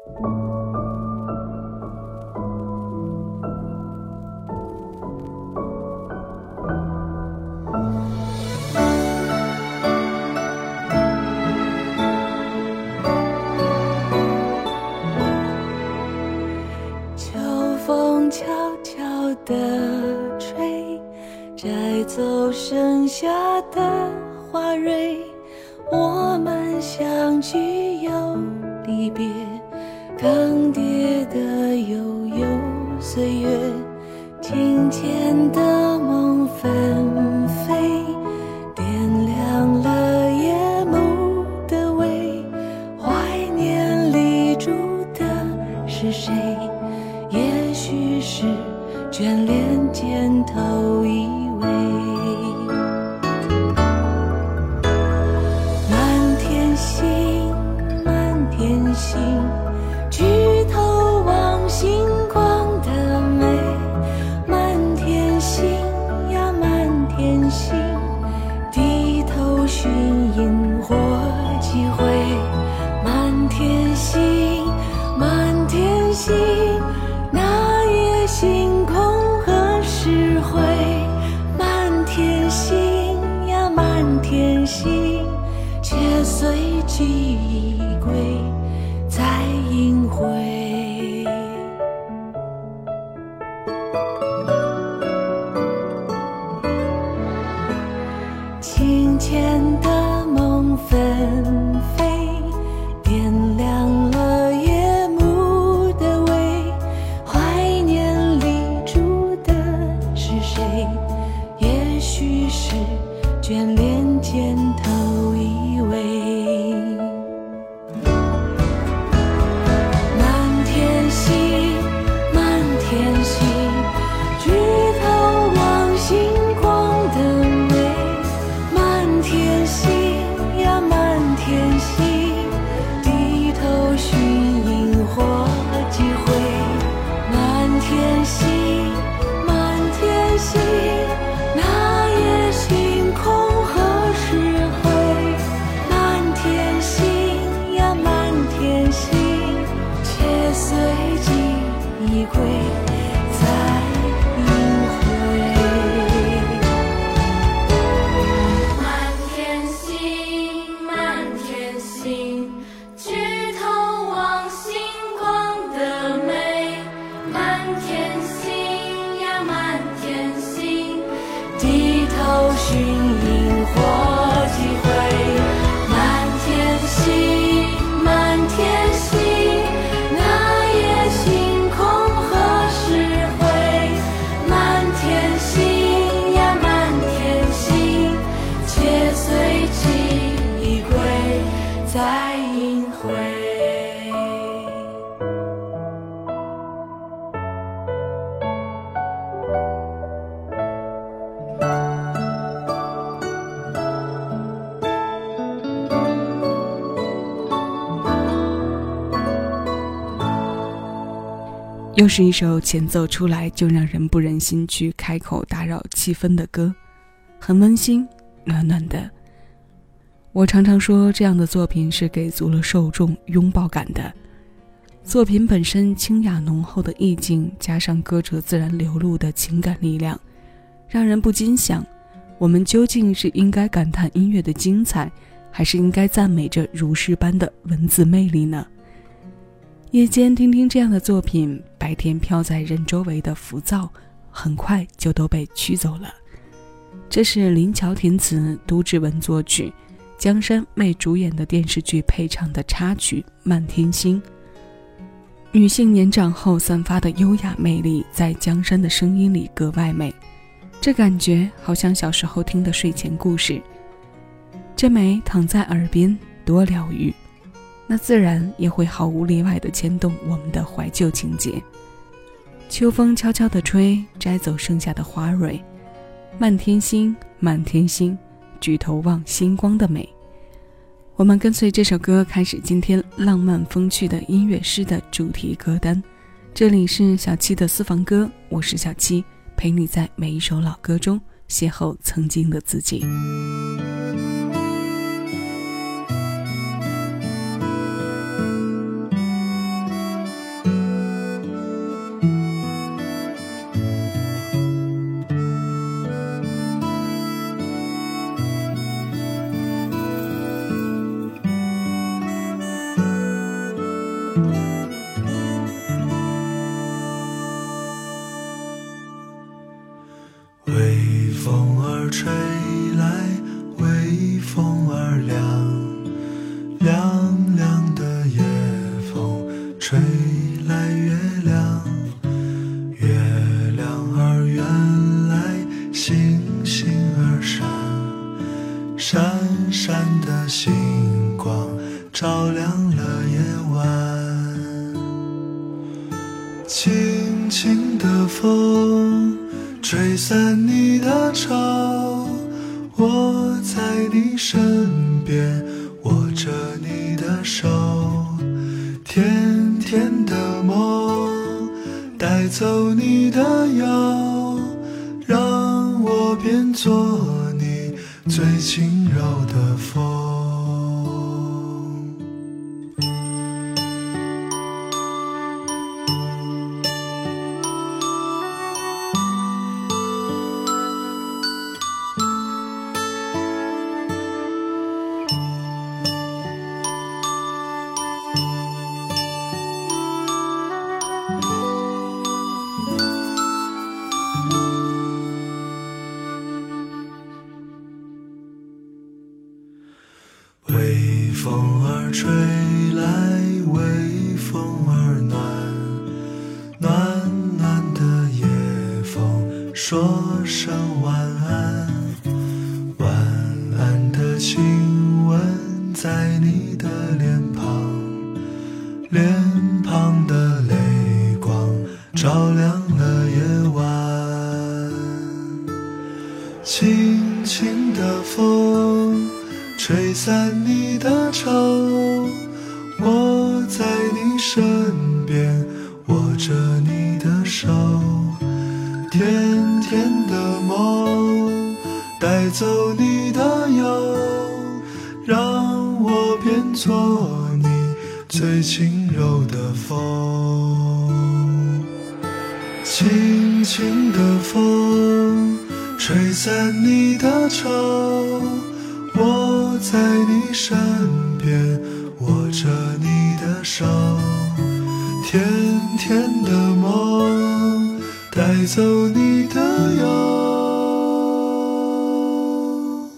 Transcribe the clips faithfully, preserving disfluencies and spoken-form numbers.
悄悄地吹，摘走剩下的花蕊，我们相聚又离别，更迭的悠悠岁月，庭前的梦纷飞，点亮了夜幕的微，怀念里住的是谁？也许是眷恋间头一位。满天星，满天星，举头望星光的美。满天星呀满天星，低头寻萤火几回。满天星，满天星，那夜星空何时回？满天星呀满天星，且随记忆归，再应回。庭前的梦纷飞，点亮了夜幕的微，怀念里住的是谁？也许是眷恋间头一位。满天星，满天星，举头望星光的美。满天星呀满天星，低头寻萤火几回。满天星，满天星，那夜星空何时回？满天星呀满天星，且随记忆归，再应回。 满天星，满天星，举头望星光的美。满天星呀满天星， 低头寻萤火几回。满天星，满天星，那夜星空何时回？满天星呀满天星，且随记忆归，再应回。 又是一首前奏出来就让人不忍心去开口打扰气氛的歌，很温馨暖暖的。我常常说这样的作品是给足了受众拥抱感的。作品本身清雅浓厚的意境，加上歌者自然流露的情感力量，让人不禁想，我们究竟是应该感叹音乐的精彩，还是应该赞美着如诗般的文字魅力呢？夜间听听这样的作品，白天飘在人周围的浮躁很快就都被驱走了。这是林乔填词，都志文作曲，江山为主演的电视剧配唱的插曲《满天星》。女性年长后散发的优雅魅力，在江山的声音里格外美，这感觉好像小时候听的睡前故事，这美躺在耳边多疗愈，那自然也会毫无例外地牵动我们的怀旧情节。秋风悄悄地吹，摘走剩下的花蕊。满天星，满天星，举头望星光的美。我们跟随这首歌开始今天浪漫风趣的音乐诗的主题歌单。这里是小七的私房歌，我是小七，陪你在每一首老歌中邂逅曾经的自己。 微风儿吹来，微风儿凉，凉凉的夜风吹来月亮，月亮儿圆来，星星儿闪，闪闪的星光照亮了夜晚。轻轻的风吹散你的愁，我在你身边握着你的手，甜甜的梦带走你的忧，让我变作你最轻柔的风。微风儿吹来，微风儿暖，暖暖的夜风说声晚安，晚安的亲吻在你的脸庞，脸庞的泪光照亮了夜晚。轻轻的风吹散你的愁，我在你身边握着你的手，甜甜的梦带走你的忧，让我变作你最轻柔的风。轻轻的风吹散你的愁，我在你身边握着你的手，甜甜的梦带走你的忧，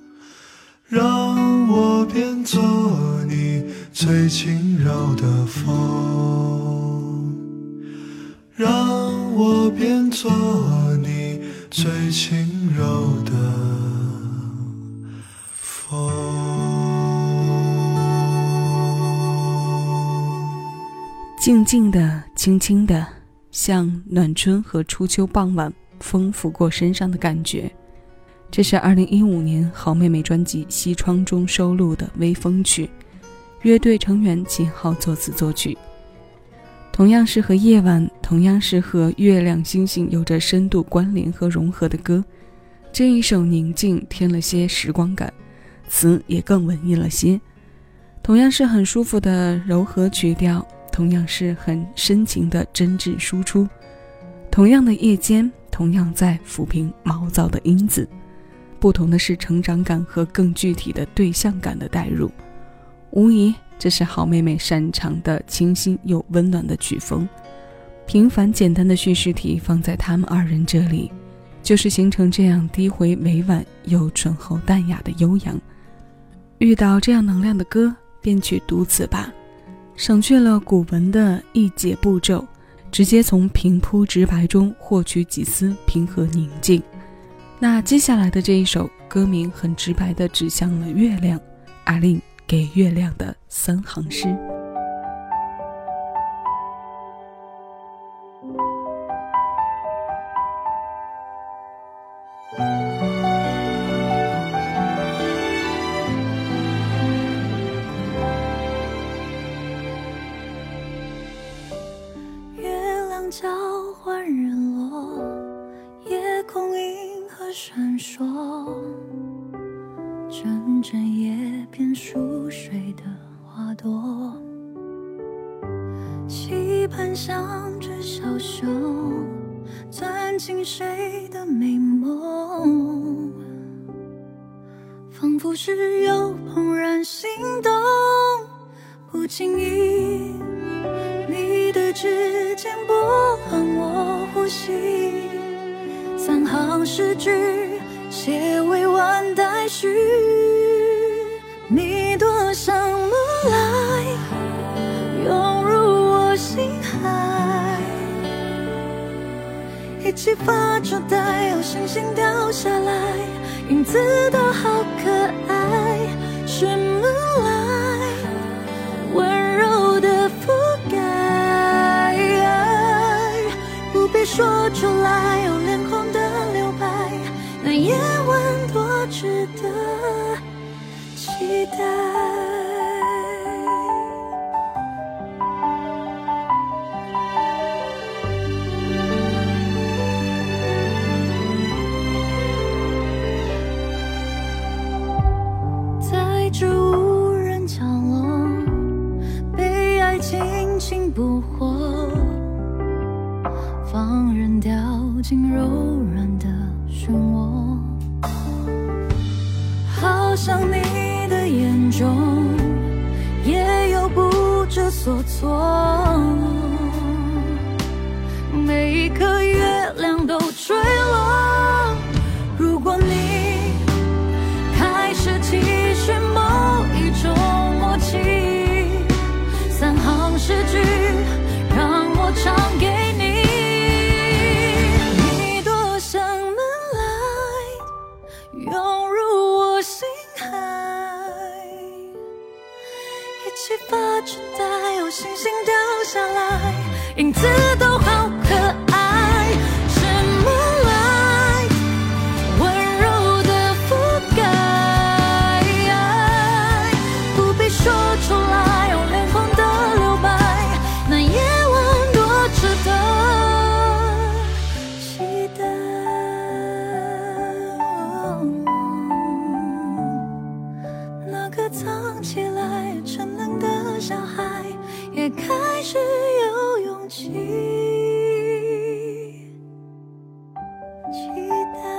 让我变作你最轻柔的风，让我变作你最轻柔的静静的，轻轻的，像暖春和初秋傍晚风拂过身上的感觉。这是二零一五年好妹妹专辑《西窗》中收录的微风曲，乐队成员秦昊作词作曲。同样是和夜晚，同样是和月亮星星有着深度关联和融合的歌，这一首宁静添了些时光感，词也更文艺了些。同样是很舒服的柔和曲调，同样是很深情的真挚输出，同样的夜间，同样在抚平毛躁的因子，不同的是成长感和更具体的对象感的带入。无疑这是好妹妹擅长的清新又温暖的曲风。平凡简单的叙事体放在他们二人这里，就是形成这样低回委婉又醇厚淡雅的悠扬。遇到这样能量的歌，便去读词吧，省去了古文的一解步骤，直接从平铺直白中获取几丝平和宁静。那接下来的这一首歌名很直白地指向了月亮，阿令给月亮的三行诗。 交换日落，夜空银河闪烁，阵阵叶边熟睡的花朵，期盼像只小熊钻进谁的美梦，仿佛是有怦然心动，不经意肩波浪我呼吸，三行诗句写未完待续。你躲上门来，涌入我心海，一起发着呆，有星星掉下来，影子都好可爱。是门来，温柔的覆盖，不必说出来，有脸红的留白，那夜晚多值得期待。在这无人角落，被爱轻轻捕获，放任掉进柔软的漩涡。好像你的眼中也有不知所措，每一颗月亮都坠落。如果你开始期许某一种默契，三行诗句让我唱给你。你躲上门来，涌入我心海，一起发着呆，有星星掉下来，影子都好可爱。是门来，温柔的覆盖，不必说出来，有脸红的留白，那夜晚多值得期待。那个藏起来沉冷的小孩，也开始有勇气期待。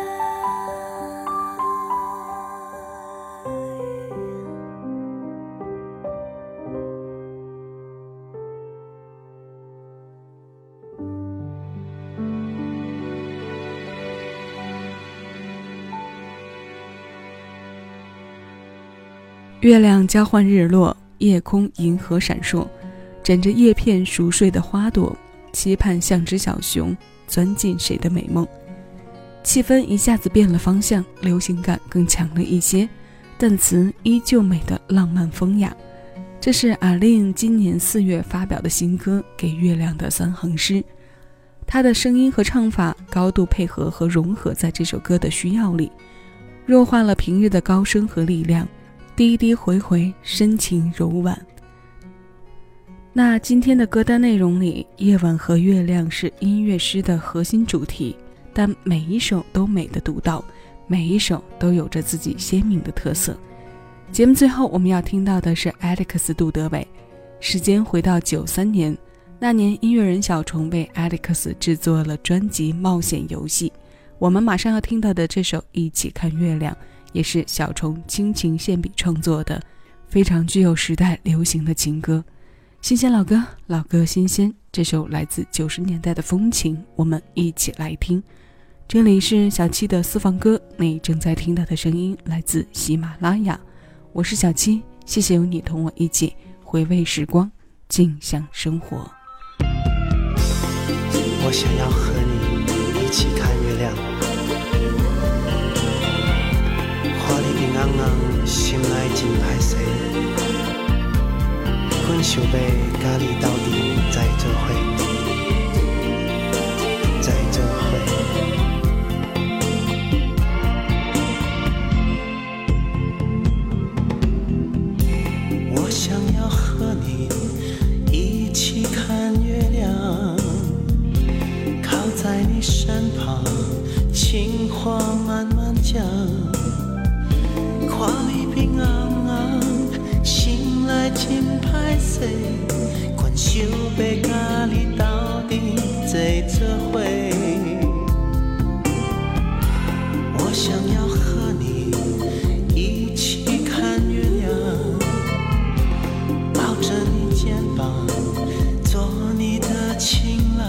月亮交换日落，夜空银河闪烁，枕着叶片熟睡的花朵，期盼像只小熊钻进谁的美梦。气氛一下子变了方向，流行感更强了一些，但词依旧美的浪漫风雅。这是阿令今年四月发表的新歌《给月亮的三行诗》，他的声音和唱法高度配合和融合在这首歌的需要里，弱化了平日的高声和力量，低低回回，深情柔婉。那今天的歌单内容里，夜晚和月亮是音乐诗的核心主题，但每一首都美得独到，每一首都有着自己鲜明的特色。节目最后我们要听到的是 Alex 杜德伟。时间回到九三年，那年音乐人小虫为 Alex 制作了专辑《冒险游戏》，我们马上要听到的这首《一起看月亮》也是小虫倾情献笔创作的，非常具有时代流行的情歌。新鲜老歌，老歌新鲜，这首来自九十年代的风情，我们一起来听。这里是小七的私房歌，你正在听到的声音来自喜马拉雅，我是小七，谢谢有你同我一起回味时光，静享生活。 我想要和你一起看月亮，看你平安安，心内真歹势，阮想要甲你斗阵再做伙，再做伙。我想要和你一起看月亮，靠在你身旁，情话慢慢讲，看你平安安，心内真歹势，阮想要甲你斗阵再做伙。我想要和你一起看月亮，抱着你肩膀，做你的情郎。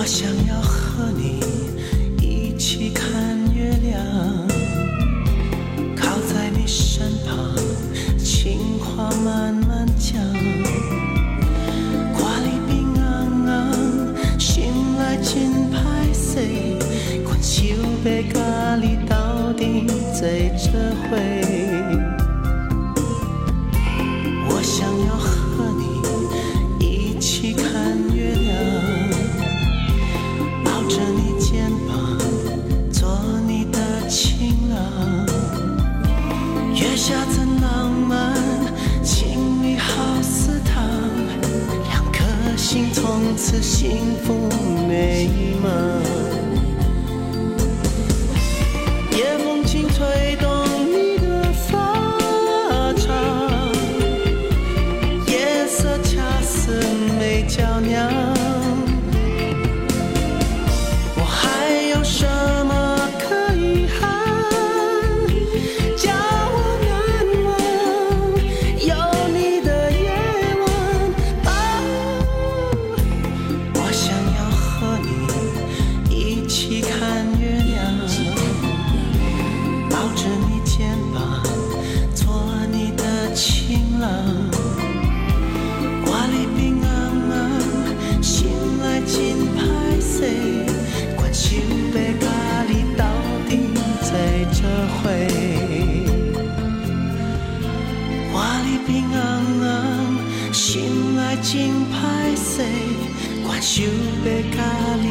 想要和你一起看月亮，靠在你身旁，情话慢慢讲。挂里平安安，心来真歹势，困手要甲你斗阵做做伙。我想要和你一起看月亮，抱着你肩膀，做你的情郎。月下真浪漫，情侣好似糖，两颗心从此幸福美满。夜风轻吹动你的发长，夜色恰似美娇娘。我还有什么可以喊，叫我难忘？有你的夜晚，哦，我想要和你一起看月亮，抱着你肩膀，做你的情郎。挂里平安安，心来真歹势，关手要甲你斗阵做做伙。挂里平安安，心来真歹势，关手要甲你